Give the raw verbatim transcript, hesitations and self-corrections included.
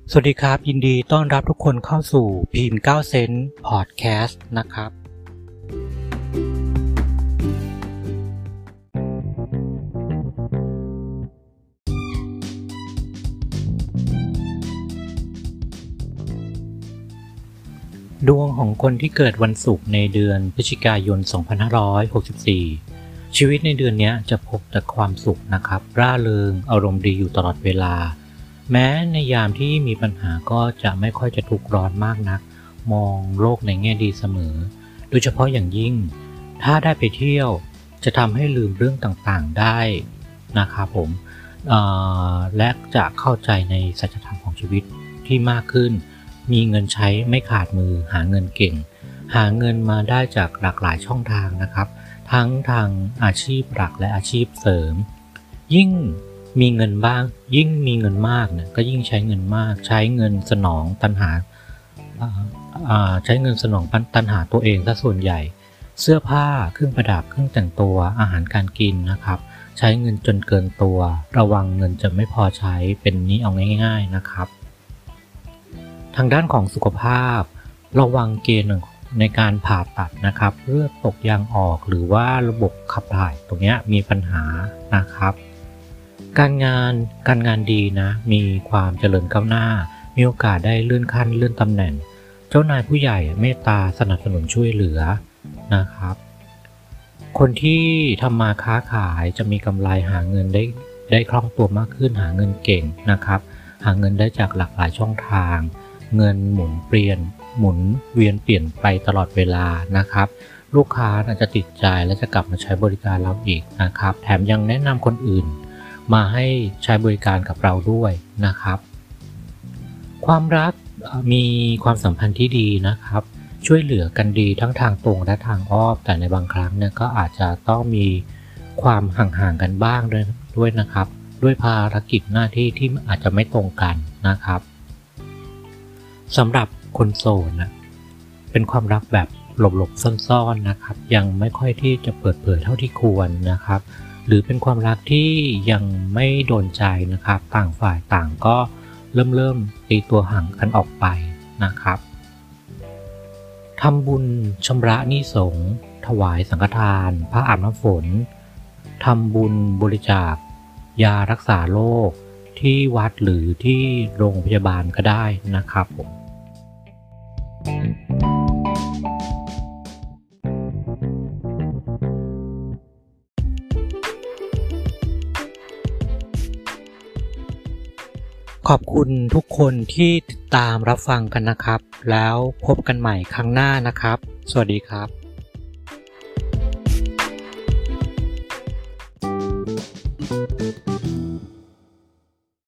สวัสดีครับยินดีต้อนรับทุกคนเข้าสู่พีมเก้าเซนส์พอดแคสต์นะครับดวงของคนที่เกิดวันศุกร์ในเดือนพฤศจิกายนสองพันห้าร้อยหกสิบสี่ชีวิตในเดือนนี้จะพบแต่ความสุขนะครับร่าเริงอารมณ์ดีอยู่ตลอดเวลาแม้ในยามที่มีปัญหาก็จะไม่ค่อยจะทุกข์ร้อนมากนักมองโลกในแง่ดีเสมอโดยเฉพาะอย่างยิ่งถ้าได้ไปเที่ยวจะทำให้ลืมเรื่องต่างๆได้นะครับผมและจะเข้าใจในสัจธรรมของชีวิตที่มากขึ้นมีเงินใช้ไม่ขาดมือหาเงินเก่งหาเงินมาได้จากหลากหลายช่องทางนะครับทั้งทางอาชีพหลักและอาชีพเสริมยิ่งมีเงินบ้างยิ่งมีเงินมากเนี่ยก็ยิ่งใช้เงินมากใช้เงินสนองตัณหาใช้เงินสนองตัณหาตัวเองซะส่วนใหญ่เสื้อผ้าเครื่องประดับเครื่องแต่งตัวอาหารการกินนะครับใช้เงินจนเกินตัวระวังเงินจะไม่พอใช้เป็นนี้เอาง่ายๆนะครับทางด้านของสุขภาพระวังเกณฑ์ในการผ่าตัดนะครับเลือดตกยางออกหรือว่าระบบขับถ่ายตรงนี้มีปัญหานะครับการงานการงานดีนะมีความเจริญก้าวหน้ามีโอกาสได้เลื่อนขั้นเลื่อนตำแหน่งเจ้านายผู้ใหญ่เมตตาสนับสนุนช่วยเหลือนะครับคนที่ทำมาค้าขายจะมีกำไรหาเงินได้ได้คล่องตัวมากขึ้นหาเงินเก่งนะครับหาเงินได้จากหลากหลายช่องทางเงินหมุนเปลี่ยนหมุนเวียนเปลี่ยนไปตลอดเวลานะครับลูกค้าอาจจะติดใจและจะกลับมาใช้บริการเราอีกนะครับแถมยังแนะนำคนอื่นมาให้ใช้บริการกับเราด้วยนะครับความรักมีความสัมพันธ์ที่ดีนะครับช่วยเหลือกันดีทั้งทางตรงและทางอ้อมแต่ในบางครั้งเนี่ยก็อาจจะต้องมีความห่างๆกันบ้างด้วยด้วยนะครับด้วยภารกิจหน้าที่ที่อาจจะไม่ตรงกันนะครับสำหรับคนโสดนะเป็นความรักแบบหลบๆซ่อนๆนะครับยังไม่ค่อยที่จะเปิดเผยเท่าที่ควรนะครับหรือเป็นความรักที่ยังไม่โดนใจนะครับต่างฝ่ายต่างก็เริ่มเริ่มตีตัวห่างกันออกไปนะครับทำบุญชำระหนี้สงฆ์ถวายสังฆทานพระอาบน้ำฝนทำบุญบริจาคยารักษาโรคที่วัดหรือที่โรงพยาบาลก็ได้นะครับผมขอบคุณทุกคนที่ติดตามรับฟังกันนะครับแล้วพบกันใหม่ครั้งหน้านะครับสวัสดีครับ